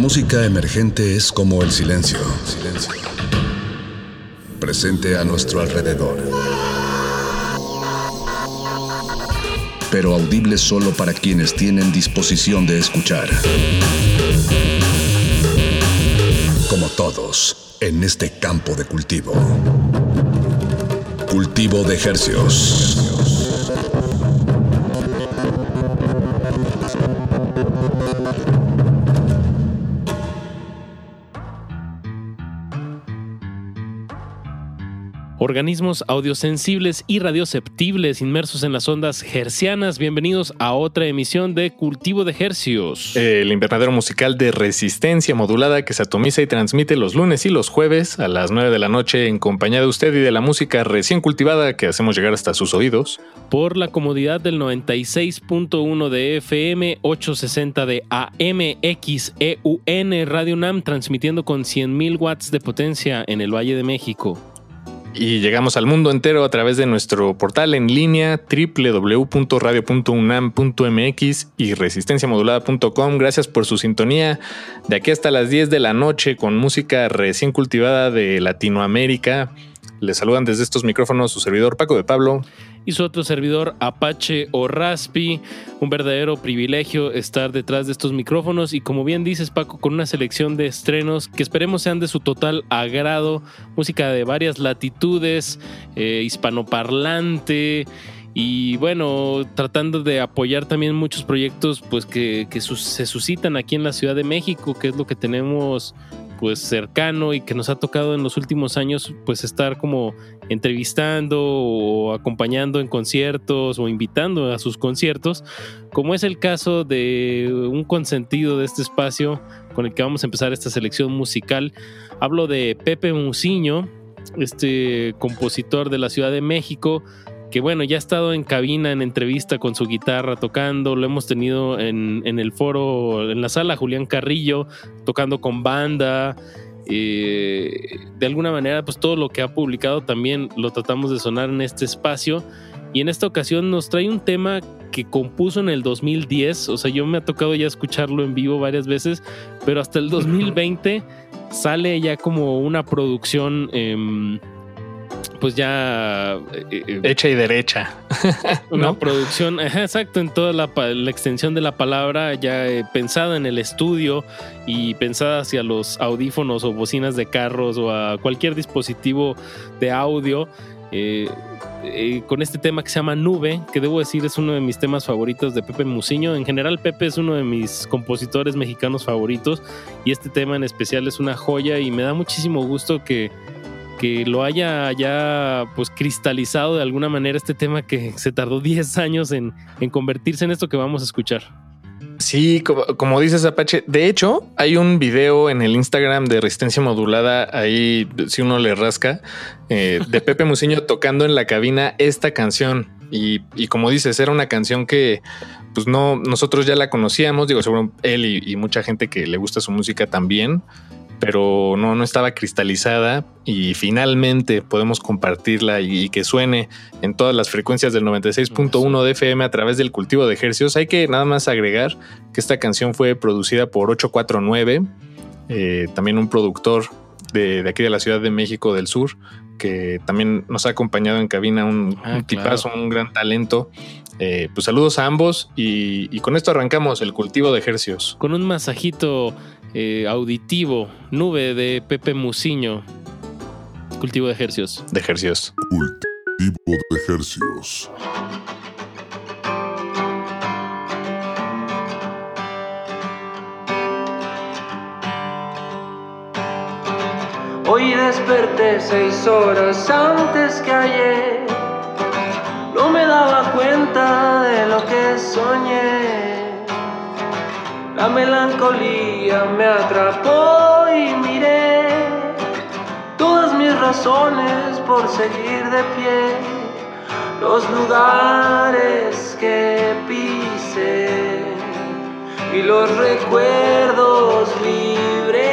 música emergente es como el silencio, presente a nuestro alrededor, pero audible solo para quienes tienen disposición de escuchar. Como todos, en este campo de cultivo. Cultivo de hercios. Organismos audiosensibles y radioceptibles inmersos en las ondas hercianas, bienvenidos a otra emisión de Cultivo de Hercios. El invernadero musical de resistencia modulada que se atomiza y transmite los lunes y los jueves a las 9 de la noche en compañía de usted y de la música recién cultivada que hacemos llegar hasta sus oídos. Por la comodidad del 96.1 de FM, 860 de AM, XEUN, Radio UNAM, transmitiendo con 100,000 watts de potencia en el Valle de México. Y llegamos al mundo entero a través de nuestro portal en línea www.radio.unam.mx y resistenciamodulada.com. Gracias por su sintonía de aquí hasta las 10 de la noche con música recién cultivada de Latinoamérica. Les saludan desde estos micrófonos su servidor Paco de Pablo y su otro servidor Apache o Raspi. Un verdadero privilegio estar detrás de estos micrófonos y, como bien dices, Paco, con una selección de estrenos que esperemos sean de su total agrado. Música de varias latitudes, hispanoparlante y, bueno, tratando de apoyar también muchos proyectos pues que se suscitan aquí en la Ciudad de México, que es lo que tenemos pues cercano y que nos ha tocado en los últimos años pues estar como entrevistando o acompañando en conciertos o invitando a sus conciertos, como es el caso de un consentido de este espacio con el que vamos a empezar esta selección musical. Hablo de Pepe Musiño, este compositor de la Ciudad de México, que bueno, ya ha estado en cabina, en entrevista con su guitarra tocando. Lo hemos tenido en el foro, en la sala Julián Carrillo, tocando con banda. De alguna manera, pues todo lo que ha publicado también lo tratamos de sonar en este espacio. Y en esta ocasión nos trae un tema que compuso en el 2010. O sea, yo me ha tocado ya escucharlo en vivo varias veces, pero hasta el 2020 sale ya como una producción pues ya hecha y derecha. Una ¿no? producción, exacto, en toda la extensión de la palabra, ya pensada en el estudio y pensada hacia los audífonos o bocinas de carros o a cualquier dispositivo de audio, con este tema que se llama Nube, que debo decir es uno de mis temas favoritos de Pepe Musiño. En general, Pepe es uno de mis compositores mexicanos favoritos y este tema en especial es una joya y me da muchísimo gusto que lo haya ya pues cristalizado de alguna manera este tema que se tardó 10 años en convertirse en esto que vamos a escuchar. Sí, como dices, Apache. De hecho, hay un video en el Instagram de Resistencia Modulada, ahí si uno le rasca, de Pepe Musiño tocando en la cabina esta canción. Y como dices, era una canción que pues no, nosotros ya la conocíamos, digo, seguro él y mucha gente que le gusta su música también, pero no estaba cristalizada y finalmente podemos compartirla y que suene en todas las frecuencias del 96.1 de FM a través del Cultivo de Hercios. Hay que nada más agregar que esta canción fue producida por 849, también un productor de aquí de la Ciudad de México del Sur, que también nos ha acompañado en cabina, un tipazo, un gran talento. Pues saludos a ambos y con esto arrancamos el Cultivo de Hercios. Con un masajito auditivo, Nube de Pepe Musiño, Cultivo de Hercios. De Hercios. Cultivo de hercios. Hoy desperté 6 horas antes que ayer. No me daba cuenta de lo que soñé. La melancolía me atrapó y miré todas mis razones por seguir de pie. Los lugares que pisé y los recuerdos libres.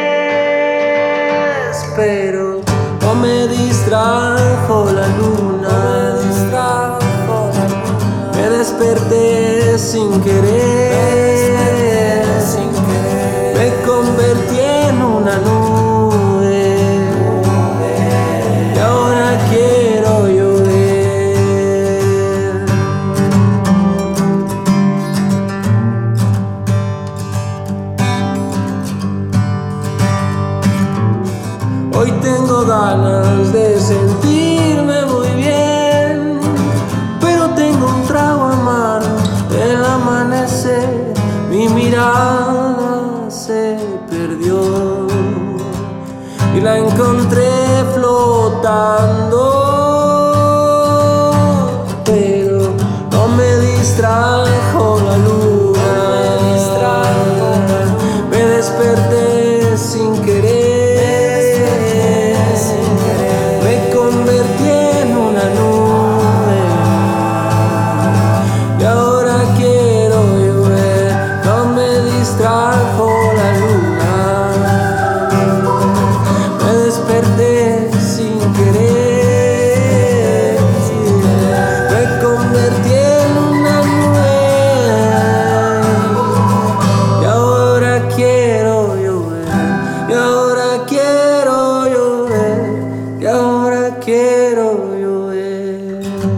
Pero no me distrajo la luna. Me desperté sin querer. Me ganas de sentirme muy bien, pero tengo un trago amargo del amanecer. Mi mirada se perdió y la encontré flotando, pero no me distrajo la luna. Me desperté sin querer, me convertí en una nube y ahora quiero llover. No me distrajo la luna, me desperté sin querer, me convertí en una nube y ahora quiero llover, y ahora quiero llover, y ahora quiero llover.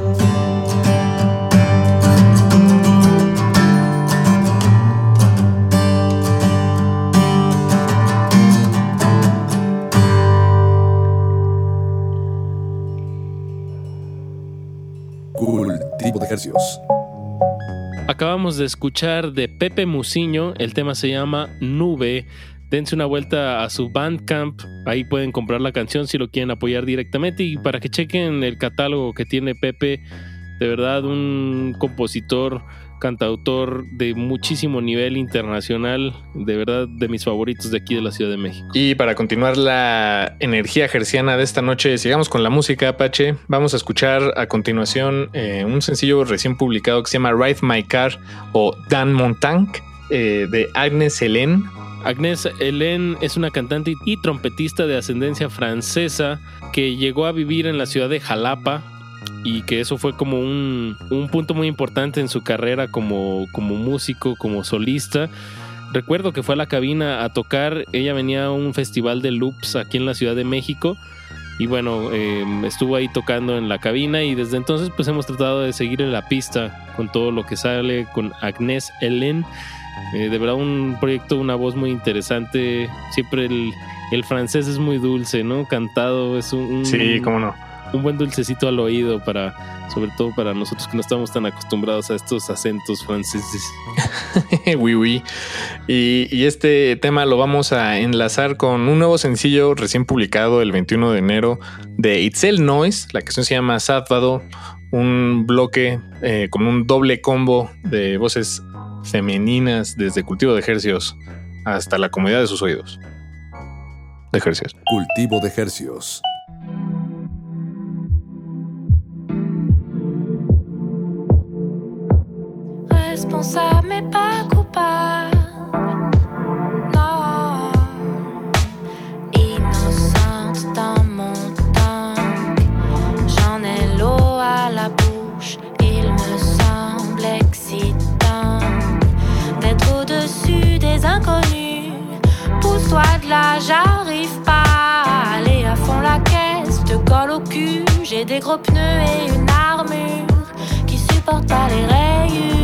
Cultivo de Hercios. Acabamos de escuchar de Pepe Musiño, el tema se llama Nube. Dense una vuelta a su Bandcamp, ahí pueden comprar la canción si lo quieren apoyar directamente, y para que chequen el catálogo que tiene Pepe, de verdad un compositor, cantautor de muchísimo nivel internacional, de verdad de mis favoritos de aquí de la Ciudad de México. Y para continuar la energía herciana de esta noche, sigamos con la música, Apache. Vamos a escuchar a continuación un sencillo recién publicado que se llama Ride My Car o Dan Montank, de Agnès Helene. Agnès Helene es una cantante y trompetista de ascendencia francesa que llegó a vivir en la ciudad de Jalapa, y que eso fue como un punto muy importante en su carrera como músico, como solista. Recuerdo que fue a la cabina a tocar, ella venía a un festival de loops aquí en la Ciudad de México, y bueno, estuvo ahí tocando en la cabina, y desde entonces pues hemos tratado de seguir en la pista con todo lo que sale con Agnès Helene. De verdad un proyecto, una voz muy interesante. Siempre el francés es muy dulce, ¿no? Cantado es sí, cómo no, un buen dulcecito al oído, sobre todo para nosotros que no estamos tan acostumbrados a estos acentos franceses. Oui, oui. Y este tema lo vamos a enlazar con un nuevo sencillo recién publicado el 21 de enero de Itzel Noise. La canción se llama Sábado, un bloque con un doble combo de voces femeninas desde Cultivo de Hercios hasta la comodidad de sus oídos. De Hercios. Cultivo de Hercios. Responsable mais pas coupable, non. Innocente dans mon tank, j'en ai l'eau à la bouche. Il me semble excitant d'être au-dessus des inconnus. Pousse-toi de là, j'arrive pas à aller à fond la caisse, te colle au cul. J'ai des gros pneus et une armure qui supporte pas les rayures.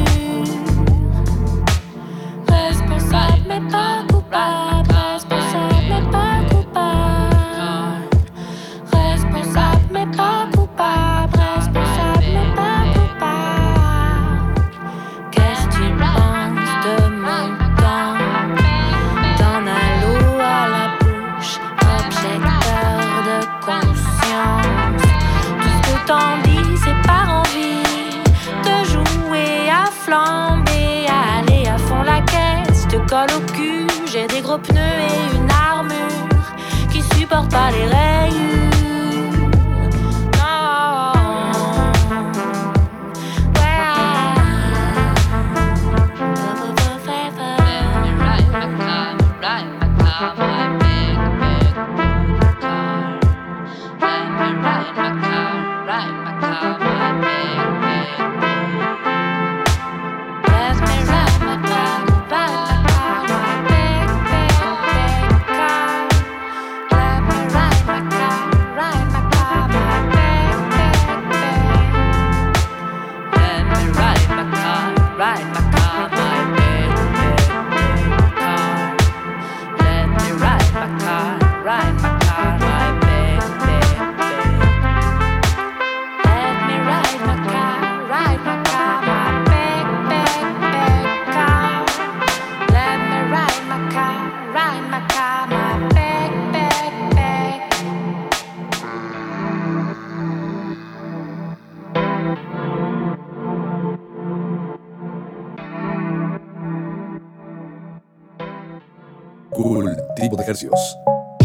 Responsable mais pas coupable, responsable mais pas coupable, responsable mais pas coupable, responsable mais pas coupable. Qu'est-ce que tu penses de mon temps? T'en as l'eau à la bouche, objecteur de conscience. Tout ce que t'en dis c'est par envie de jouer à flamber, à aller à fond la caisse, te colle au cul. J'ai des gros pneus et une armure qui supporte pas les rayures. Non, ride my car, my big, big Cultivo de Hercios.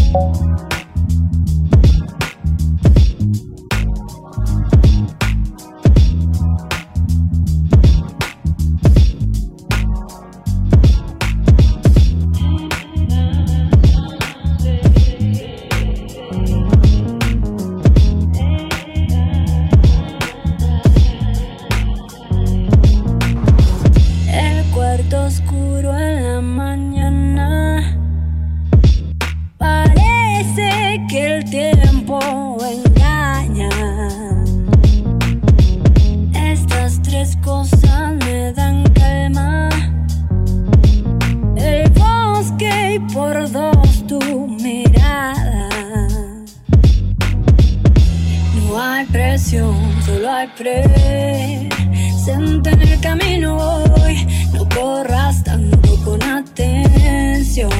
Solo hay presente en el camino hoy. No corras tanto con atención.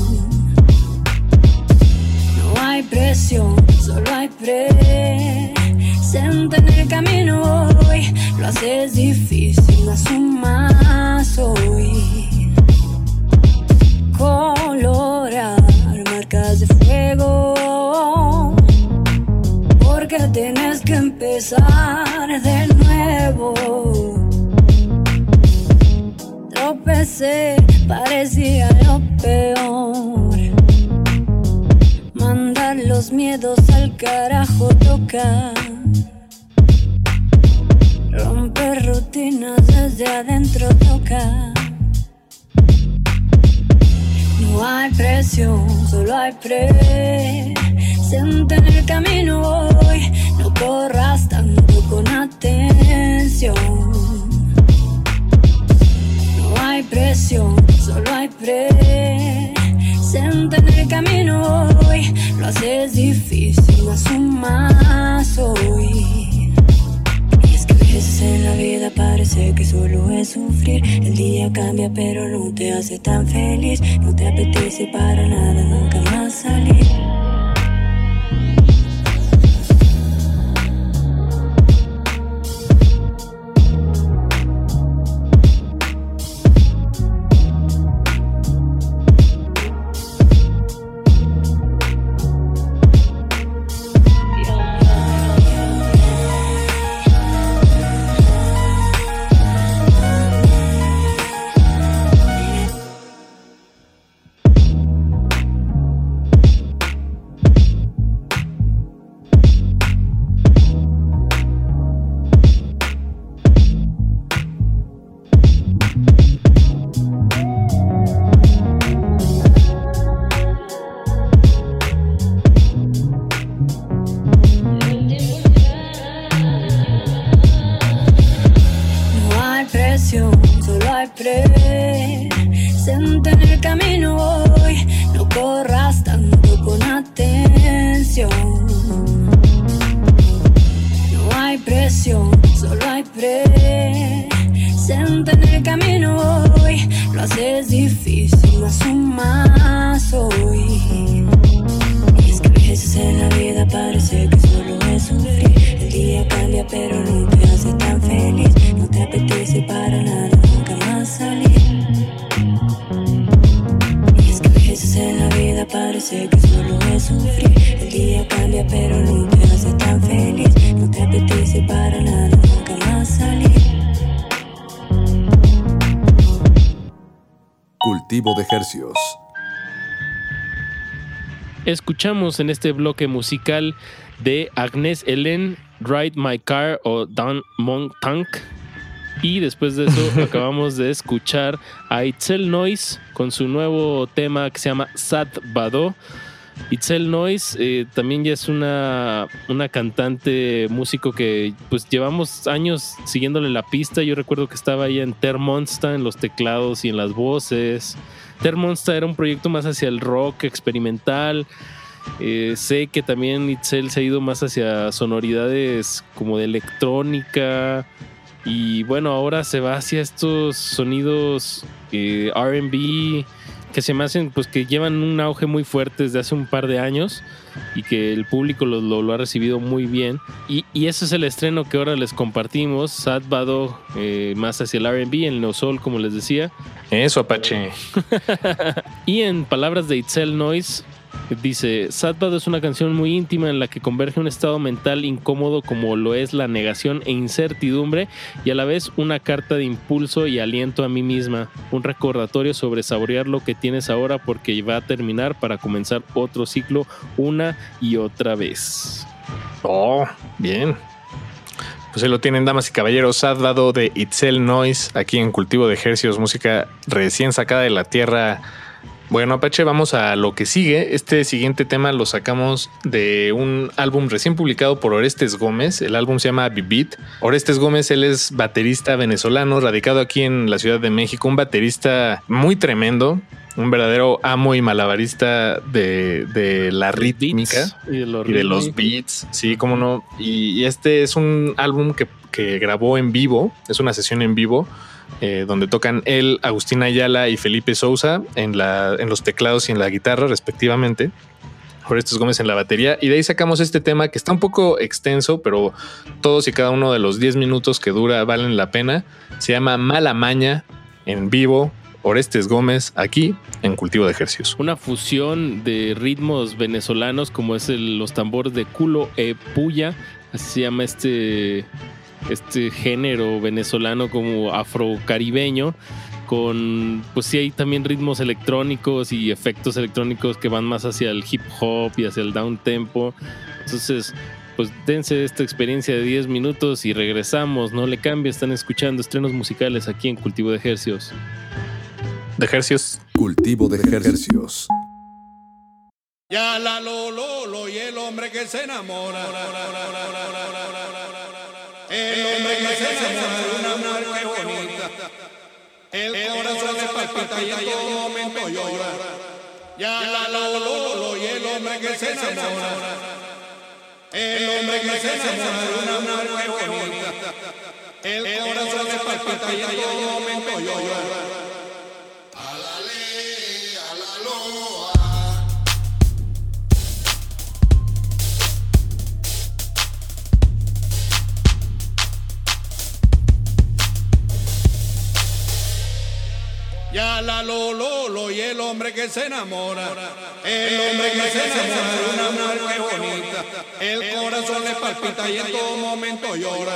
No hay presión, solo hay presente en el camino hoy. Lo haces difícil, no asumas hoy. Colorar marcas de fuego, porque tienes que empezar de nuevo. Tropecé, parecía lo peor. Mandar los miedos al carajo, tocar. Romper rutinas desde adentro, tocar. No hay presión, solo hay presente en el camino hoy. No corras tanto con atención. No hay presión, solo hay presente en el camino hoy. Lo haces difícil, no asumas hoy. Y es que a veces en la vida parece que solo es sufrir. El día cambia pero no te hace tan feliz. No te apetece para nada nunca más salir. Solo hay presente en el camino hoy. No corras tanto con atención. No hay presión, solo hay presente en el camino hoy. Lo haces difícil, no asumas hoy. Y es que a veces en la vida parece que solo es sufrir. El día cambia pero no te hace tan feliz. No te apetece para nada nunca más salir. Y es que a veces en la vida parece que solo es sufrir. El día cambia pero no te hace tan feliz. No te apetece para nada nunca más salir. Cultivo de Hercios. Escuchamos en este bloque musical de Agnes Helen, Ride My Car o Down Montank. Y después de eso acabamos de escuchar a Itzel Noise con su nuevo tema que se llama Sad Bado. Itzel Noise también ya es una cantante, músico que pues llevamos años siguiéndole la pista. Yo recuerdo que estaba ahí en Ter Monsta en los teclados y en las voces. Ter Monsta era un proyecto más hacia el rock experimental. Sé que también Itzel se ha ido más hacia sonoridades como de electrónica. Y bueno, ahora se va hacia estos sonidos R&B que se me hacen, pues que llevan un auge muy fuerte desde hace un par de años y que el público lo ha recibido muy bien. Y ese es el estreno que ahora les compartimos, Sad Bado, más hacia el R&B, el neo soul, como les decía. Eso, Apache. Y en palabras de Itzel Noise, dice: Sad Bado es una canción muy íntima en la que converge un estado mental incómodo como lo es la negación e incertidumbre, y a la vez una carta de impulso y aliento a mí misma, un recordatorio sobre saborear lo que tienes ahora porque va a terminar para comenzar otro ciclo una y otra vez. Oh, bien. Pues ahí lo tienen, damas y caballeros. Sad Bado de Itzel Noise, aquí en Cultivo de Hercios, música recién sacada de la tierra. Bueno, Apache, vamos a lo que sigue. Este siguiente tema lo sacamos de un álbum recién publicado por Orestes Gómez. El álbum se llama Vivit. Orestes Gómez, él es baterista venezolano, radicado aquí en la Ciudad de México, un baterista muy tremendo, un verdadero amo y malabarista de la rítmica y de los beats. Sí, cómo no. Y este es un álbum que grabó en vivo, es una sesión en vivo, donde tocan él, Agustín Ayala y Felipe Sousa en los teclados y en la guitarra respectivamente, Orestes Gómez en la batería, y de ahí sacamos este tema que está un poco extenso, pero todos y cada uno de los 10 minutos que dura valen la pena. Se llama Mala Maña, en vivo, Orestes Gómez, aquí en Cultivo de Hercios. Una fusión de ritmos venezolanos como es los tambores de culo e puya, así se llama este género venezolano como afrocaribeño, con, pues sí, hay también ritmos electrónicos y efectos electrónicos que van más hacia el hip hop y hacia el down tempo. Entonces, pues dense esta experiencia de 10 minutos y regresamos. No le cambie, están escuchando estrenos musicales aquí en Cultivo de Hercios. De Hercios. Cultivo de Hercios. Ya la lo y el hombre que se enamora. El hombre que se enamora de una mujer que bonita. El corazón le palpita y en todo momento llora. Ya la lo y el hombre que se enamora. El hombre que se enamora de una mujer que bonita. El corazón le palpita y en todo momento llora. Ya la lo y el hombre que se enamora. El hombre que se enamora de una mujer que bonita. El corazón le palpita y en todo momento llora.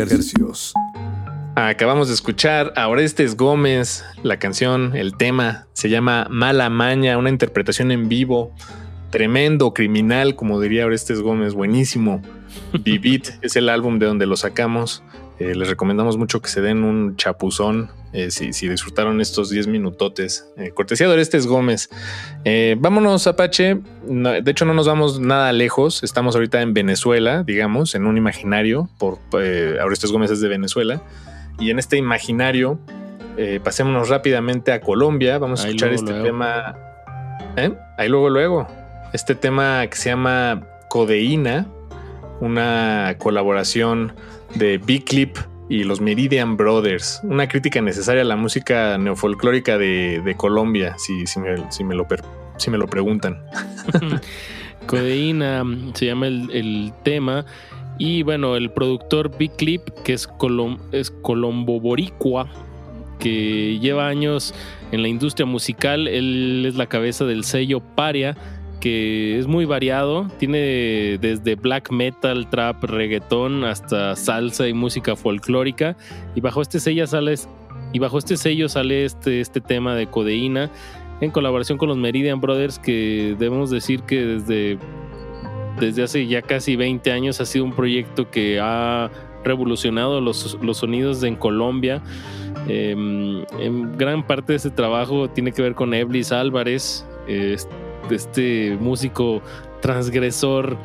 hercios. Acabamos de escuchar a Orestes Gómez. La canción, el tema, se llama Mala Maña, una interpretación en vivo. Tremendo, criminal, como diría Orestes Gómez, buenísimo. Vivit es el álbum de donde lo sacamos. Les recomendamos mucho que se den un chapuzón si disfrutaron estos 10 minutotes. Cortesía de Orestes Gómez. Vámonos, Apache. No, de hecho, no nos vamos nada lejos. Estamos ahorita en Venezuela, digamos, en un imaginario. Orestes Gómez es de Venezuela. Y en este imaginario, pasémonos rápidamente a Colombia. Vamos a escuchar tema. Ahí luego. Este tema que se llama Codeína, una colaboración de Big Clip y los Meridian Brothers. Una crítica necesaria a la música neofolclórica de Colombia, si me lo preguntan. Codeína se llama el tema. Y bueno, el productor Big Clip, que es colombo-boricua, que lleva años en la industria musical. Él es la cabeza del sello Paria, que es muy variado. Tiene desde black metal, trap, reggaetón, hasta salsa y música folclórica. Y bajo este sello sale este tema de Codeína, en colaboración con los Meridian Brothers, que debemos decir que desde hace ya casi 20 años ha sido un proyecto que ha revolucionado los sonidos en Colombia. En gran parte de ese trabajo tiene que ver con Eblis Álvarez, este músico transgresor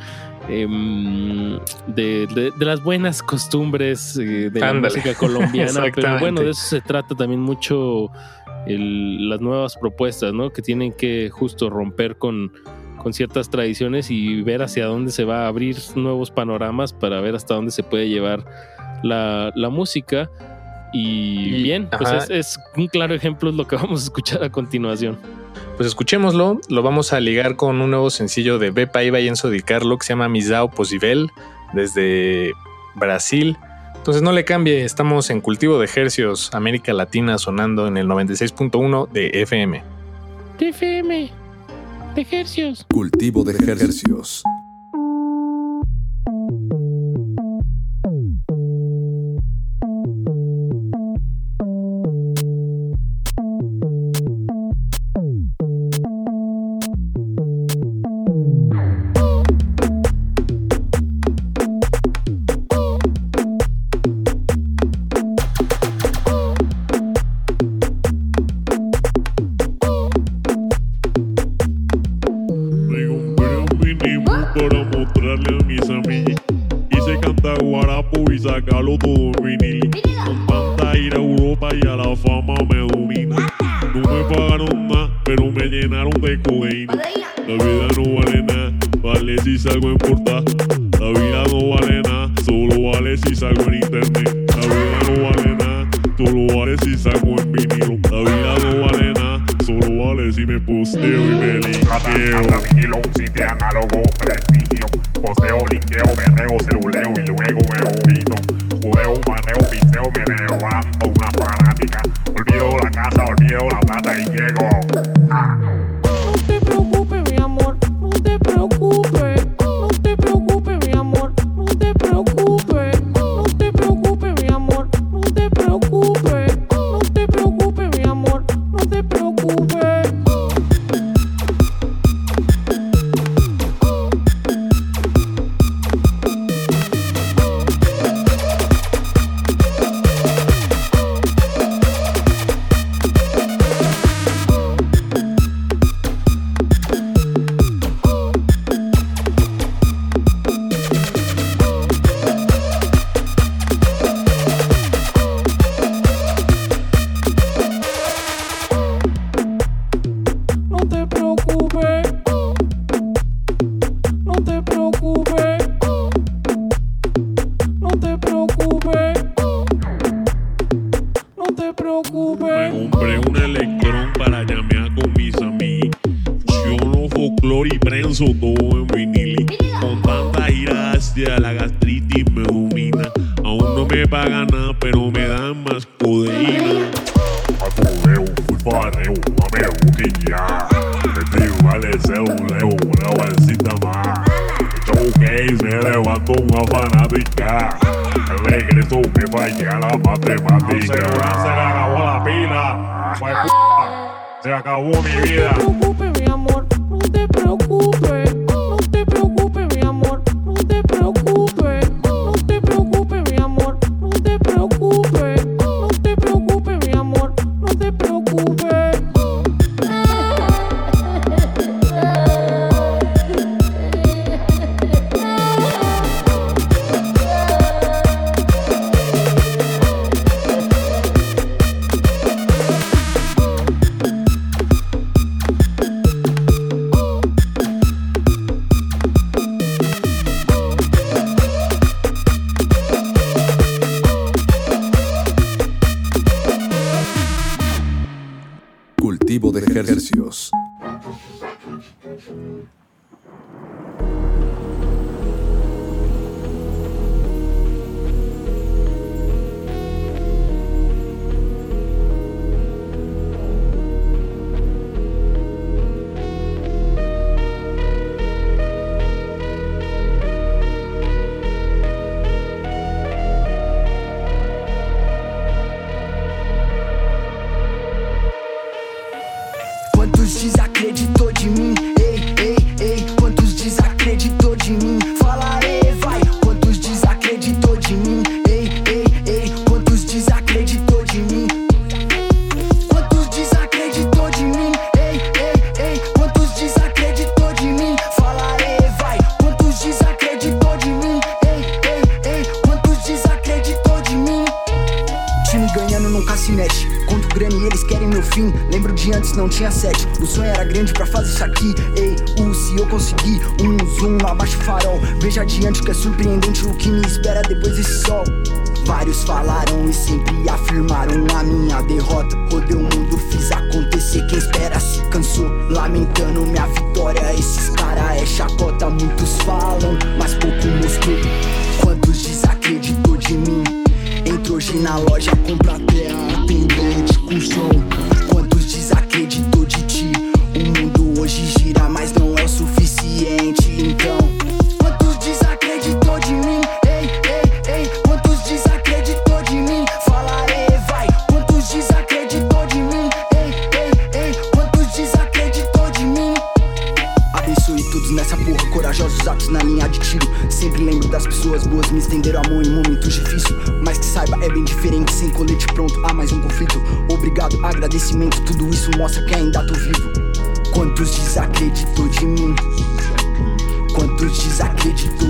de las buenas costumbres de la música colombiana. Pero bueno, de eso se trata también mucho las nuevas propuestas, ¿no? Que tienen que justo romper con ciertas tradiciones y ver hacia dónde se va a abrir nuevos panoramas para ver hasta dónde se puede llevar la música. Y bien, pues es un claro ejemplo de lo que vamos a escuchar a continuación. Pues escuchémoslo. Lo vamos a ligar con un nuevo sencillo de Bepa Iba y Enzo Di Carlo que se llama Misao Posivel, desde Brasil. Entonces no le cambie, estamos en Cultivo de Hercios, América Latina, sonando en el 96.1 de FM. De FM, de Hercios. Cultivo de Hercios. Sacarlo todo en vinil. Con tanta ir a Europa y a la fama me domina. No me pagaron nada, pero me llenaron de codeína. La vida no vale nada, vale si salgo en portada. La vida no vale nada, solo vale si salgo en internet. La vida no vale nada, solo vale si salgo en vinilo. La vida no vale nada, solo vale si me posteo y me linkeo. Vinilo, un sitio análogo, prestigio. Posteo, linkeo, berreo, celuleo y luego me olvido. Judeo, maneo, pinteo, me levanto una fanática. Olvido la casa, olvido la plata y llego. No te preocupes, mi amor, no te preocupes. No te preocupes, mi amor, no te preocupes. No te preocupes, mi amor, no te preocupes. No te preocupes, mi amor, no te preocupes. Me compré un electrón para llamear con mis amigos. Yo no folclore y prenso todo en vinil. Con tanta gira hacia la gastritis me domina. Aún no me pagan nada, pero me dan más codeína. Patuleo, fui farreo, mame buquilla. Metido al deseo, leo, una bolsita más. Showcase, me levanto una fanática. Alegre eso me falla la matemática. Se le acabó la pila. Pues, se acabó mi vida. No te preocupes, mi amor, no te preocupes. No te preocupes, mi amor, no te preocupes. No te preocupes, mi amor, no te preocupes. No te preocupes, mi amor, no te preocupes. Cultivo de ejercicios. Quantos desacreditou de mim? Ei, ei, ei. Quantos desacreditou de mim? Fala aí, vai. Quantos desacreditou de mim? Ei, ei, ei. Quantos desacreditou de mim? Quantos desacreditou de mim? Ei, ei, ei. Quantos desacreditou de mim? Fala aí, vai. Quantos desacreditou de mim? Ei, ei, ei. Quantos desacreditou de mim? Time ganhando nunca se mexe. Conto grana e eles querem meu fim. Lembro de antes, não tinha sete. O sonho era grande pra fazer isso aqui. Ei, se eu conseguir zoom, abaixa o farol. Veja adiante que é surpreendente o que me espera depois desse sol. Vários falaram e sempre afirmaram a minha derrota. Rodei o mundo, fiz acontecer. Quem espera se cansou, lamentando minha vitória. Esses cara é chacota. Muitos falam, mas pouco mostrou. Quantos desacreditou de mim? Entrou hoje na loja, compra até a atendente com som. Quantos desacreditou de ti? O mundo hoje gira, mas não é o suficiente. Então, quantos desacreditou de mim? Ei, ei, ei. Quantos desacreditou de mim? Fala aí, vai. Quantos desacreditou de mim? Ei, ei, ei. Quantos desacreditou de mim? Abençoe todos nessa porra, corajosos atos na linha de tiro. Sempre lembro das pessoas boas, me estenderam a mão em momentos difíceis. Mas que saiba, é bem diferente, sem colete pronto, há mais um conflito. Obrigado, agradecimento, tudo isso mostra que ainda tô vivo. Quantos desacreditou de mim? Quantos desacreditou?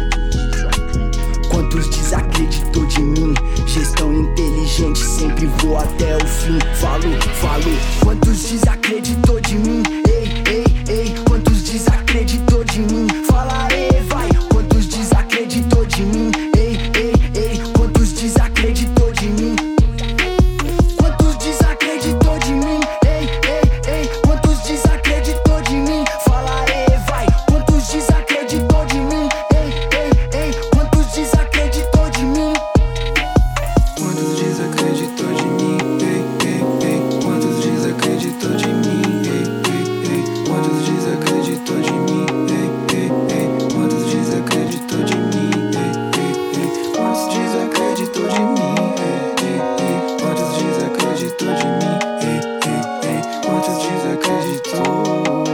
Quantos desacreditou de mim? Gestão inteligente, sempre vou até o fim. Falou, falou. Quantos desacreditou de mim? Ei, ei, ei. Quantos desacreditou de mim? Fala aí, vai. Quantos desacreditou de mim? Ei, ei, ei. Quantos desacreditou de mim? Quantos desacreditou de mim? Ei, ei, ei. Quantos desacreditou de mim? Fala aí, vai. Quantos desacreditou de mim? Ei, ei, ei. Quantos desacreditou de mim? Quantos desacreditou de mim? Ei, ei, ei. Quantos desacreditou de mim? Ei, ei, ei. Quantos desacreditou de mim? Ei, ei, ei. Quantos desacreditou de mim? Ei, ei, ei. Quantos desacreditou de mim? Ei, ei, ei. Quantos desacreditou de mim? Ei, ei, ei. Quantos desacreditou?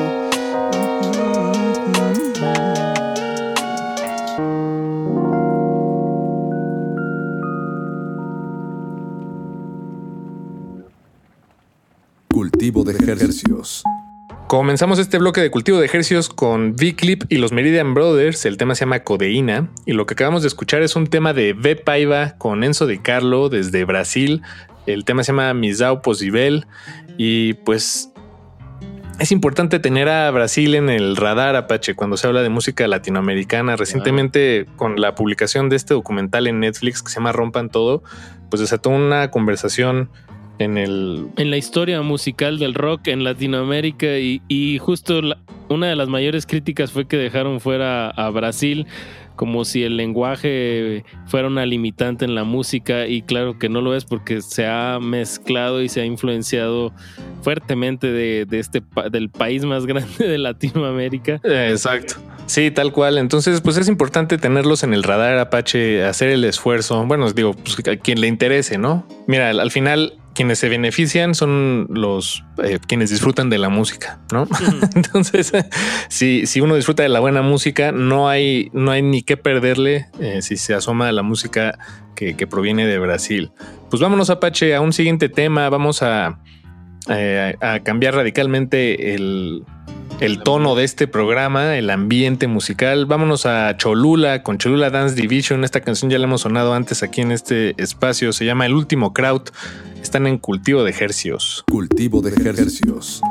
Cultivo de ejercicios. Comenzamos este bloque de cultivo de ejercicios con V-Clip y los Meridian Brothers. El tema se llama Codeína y lo que acabamos de escuchar es un tema de V Paiva con Enzo Di Carlo desde Brasil. El tema se llama Misao Possible y pues es importante tener a Brasil en el radar, Apache, cuando se habla de música latinoamericana. Recientemente, con la publicación de este documental en Netflix que se llama Rompan Todo, pues desató una conversación en la historia musical del rock en Latinoamérica y justo una de las mayores críticas fue que dejaron fuera a Brasil, como si el lenguaje fuera una limitante en la música, y claro que no lo es, porque se ha mezclado y se ha influenciado fuertemente del país más grande de Latinoamérica. Exacto. Sí, tal cual. Entonces, pues es importante tenerlos en el radar, Apache, hacer el esfuerzo. Bueno, digo, pues a quien le interese, ¿no? Mira, al final, quienes se benefician son los quienes disfrutan de la música, ¿no? Entonces, si uno disfruta de la buena música, no hay ni qué perderle si se asoma a la música que proviene de Brasil. Pues vámonos, Apache, a un siguiente tema. Vamos a cambiar radicalmente el tono de este programa, el ambiente musical. Vámonos a Cholula con Cholula Dance Division. Esta canción ya la hemos sonado antes aquí en este espacio. Se llama El Último Crowd. Están en Cultivo de Hercios. Cultivo de Hercios.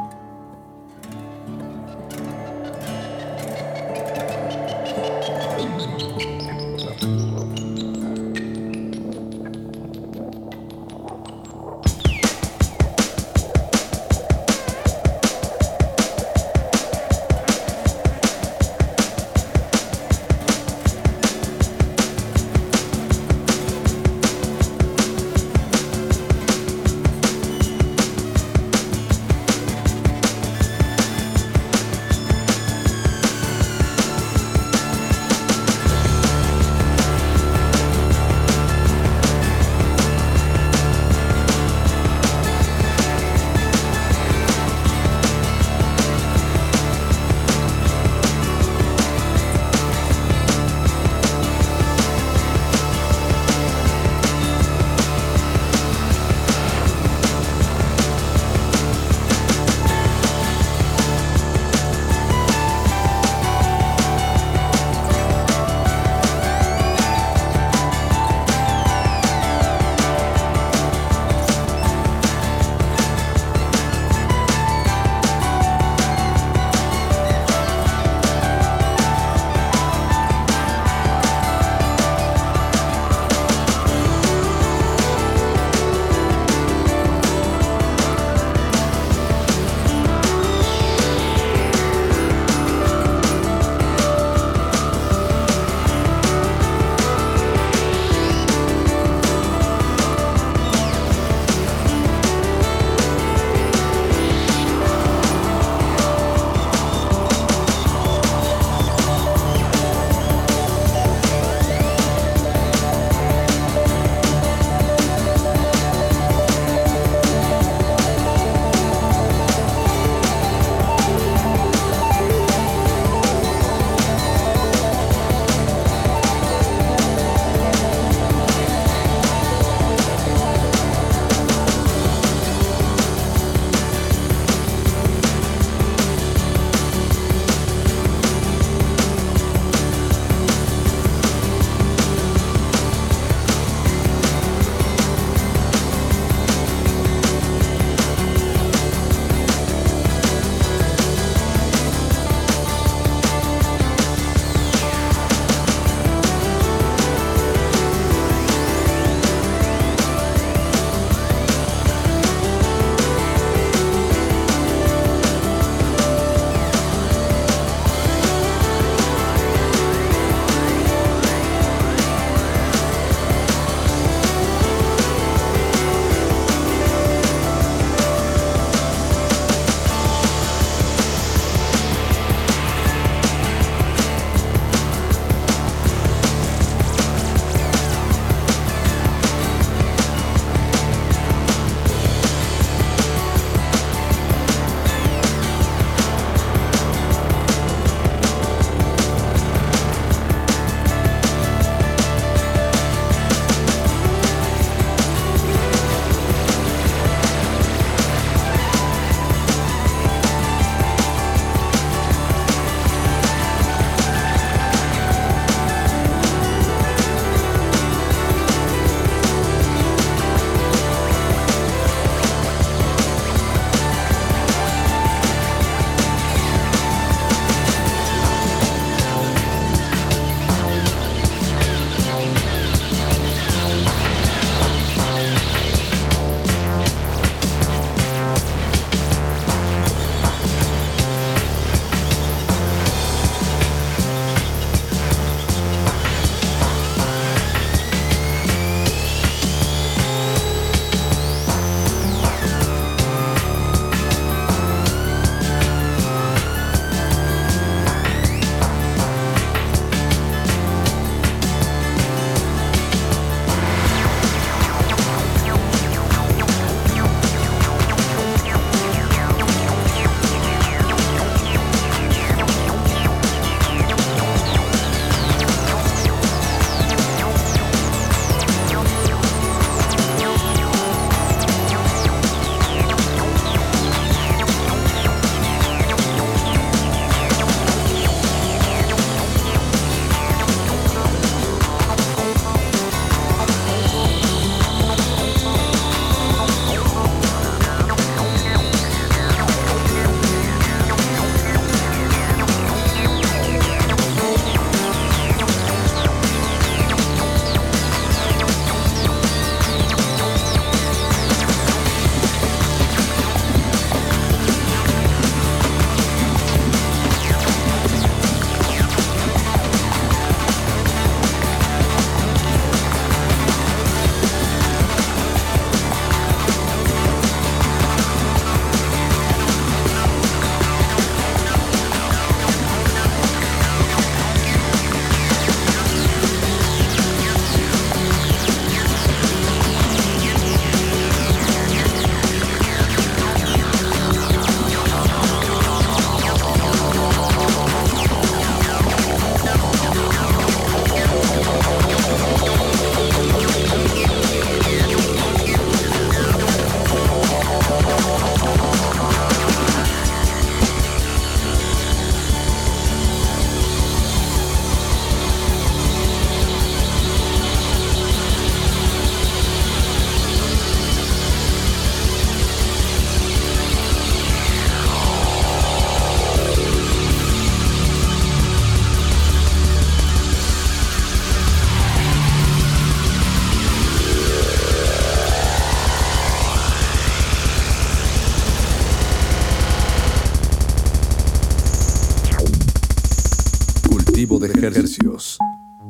Hercios.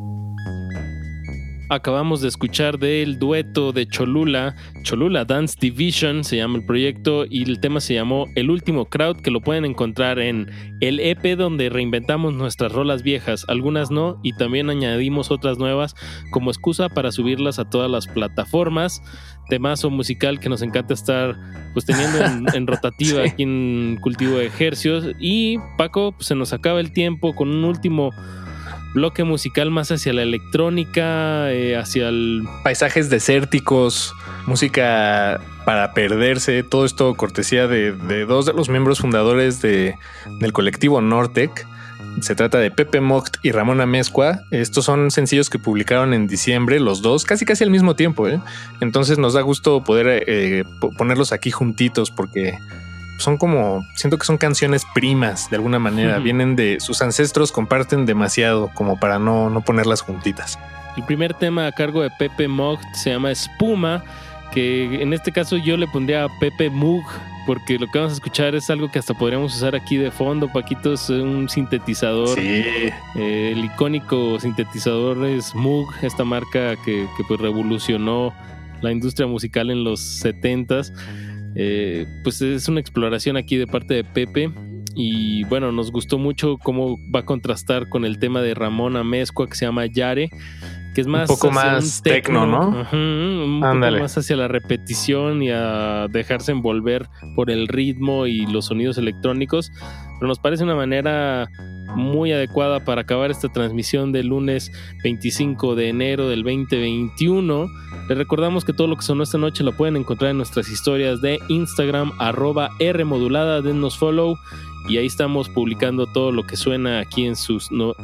Acabamos de escuchar del dueto de Cholula Dance Division, se llama el proyecto, y el tema se llamó El Último Crowd, que lo pueden encontrar en el EP donde reinventamos nuestras rolas viejas, algunas no, y también añadimos otras nuevas como excusa para subirlas a todas las plataformas. Temazo musical que nos encanta estar pues teniendo en rotativa sí. Aquí en Cultivo de Hercios. Y Paco, pues, se nos acaba el tiempo con un último bloque musical más hacia la electrónica, hacia el... Paisajes desérticos, música para perderse, todo esto cortesía de dos de los miembros fundadores del colectivo Nortec. Se trata de Pepe Mocht y Ramón Amezcua. Estos son sencillos que publicaron en diciembre, los dos, casi al mismo tiempo, ¿eh? Entonces nos da gusto poder ponerlos aquí juntitos porque... son como, siento que son canciones primas de alguna manera, vienen de sus ancestros, comparten demasiado como para no ponerlas juntitas. El primer tema a cargo de Pepe Mocht se llama Espuma, que en este caso yo le pondría Pepe Moog, porque lo que vamos a escuchar es algo que hasta podríamos usar aquí de fondo. Paquito es un sintetizador, sí. El icónico sintetizador es Moog, esta marca que pues revolucionó la industria musical en los 70s. Pues es una exploración aquí de parte de Pepe y bueno, nos gustó mucho cómo va a contrastar con el tema de Ramón Amezcua que se llama Yare, que es más un poco más tecno, ¿no? Un poco más hacia la repetición y a dejarse envolver por el ritmo y los sonidos electrónicos, pero nos parece una manera muy adecuada para acabar esta transmisión del lunes 25 de enero del 2021. Les recordamos que todo lo que sonó esta noche lo pueden encontrar en nuestras historias de Instagram, @Rmodulada, dennos follow y ahí estamos publicando todo lo que suena aquí en su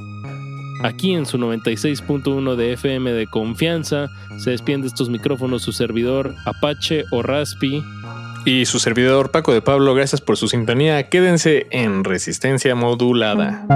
96.1 de FM de confianza. Se despiden de estos micrófonos su servidor Apache o Raspi y su servidor Paco de Pablo. Gracias por su sintonía, quédense en Resistencia Modulada.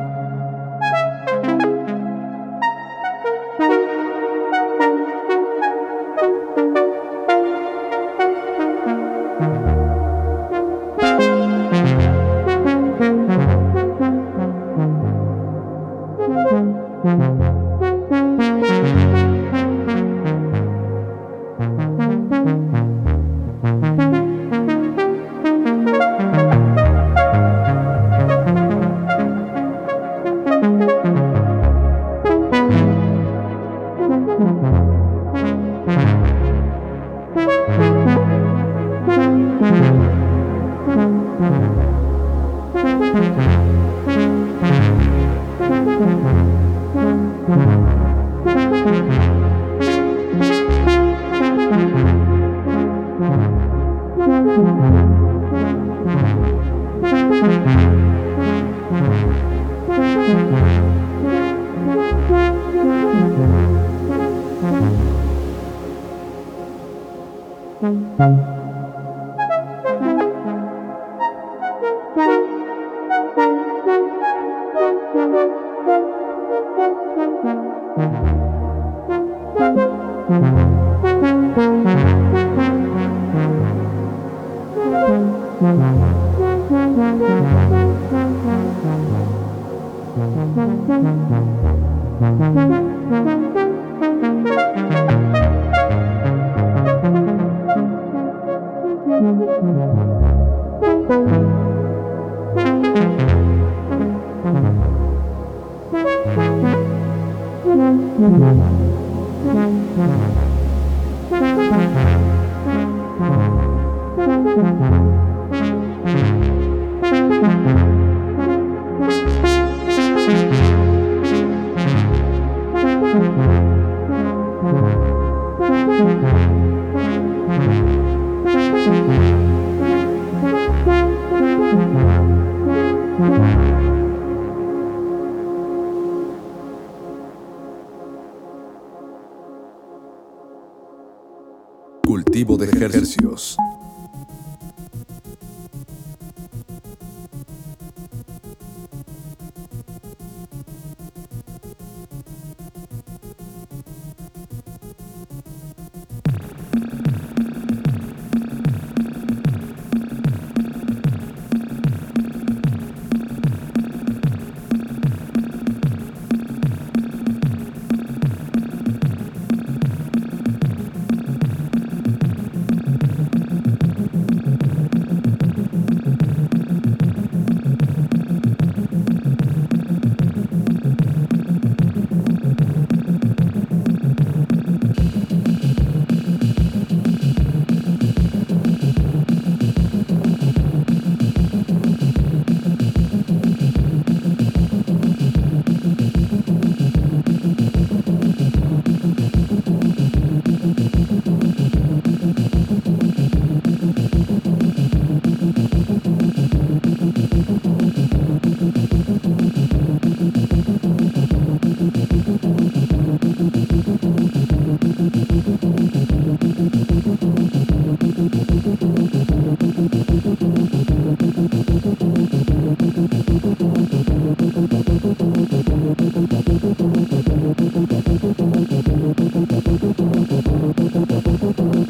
Cultivo de Hercios.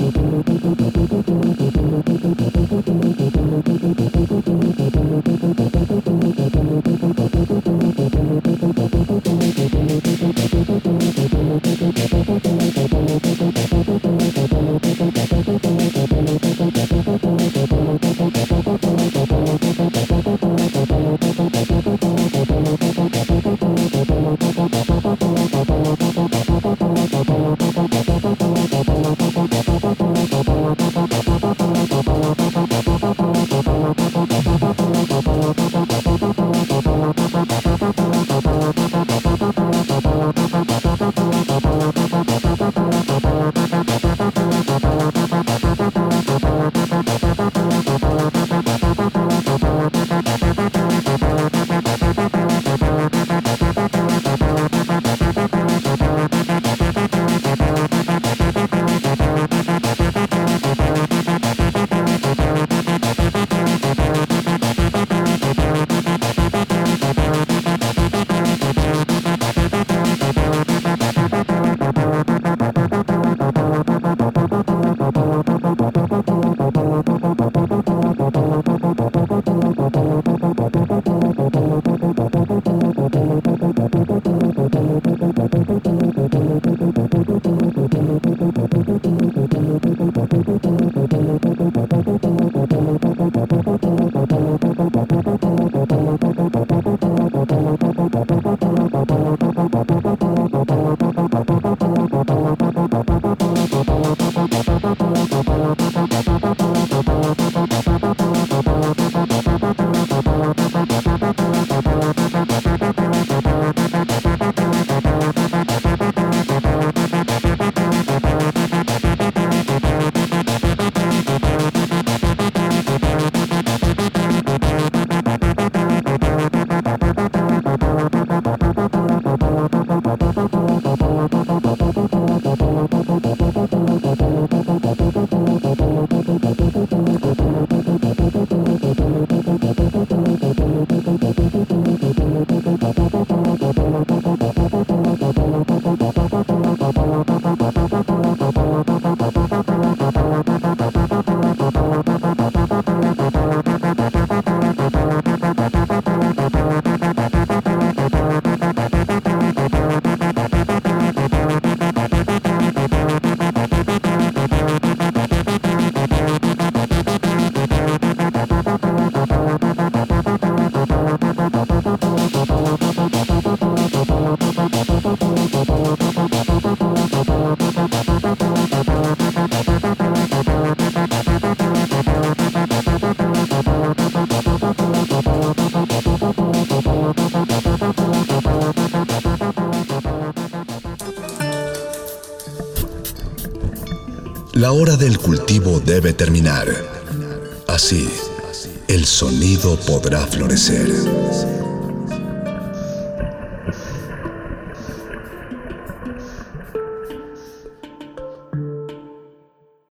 La hora del cultivo debe terminar. Así, el sonido podrá florecer.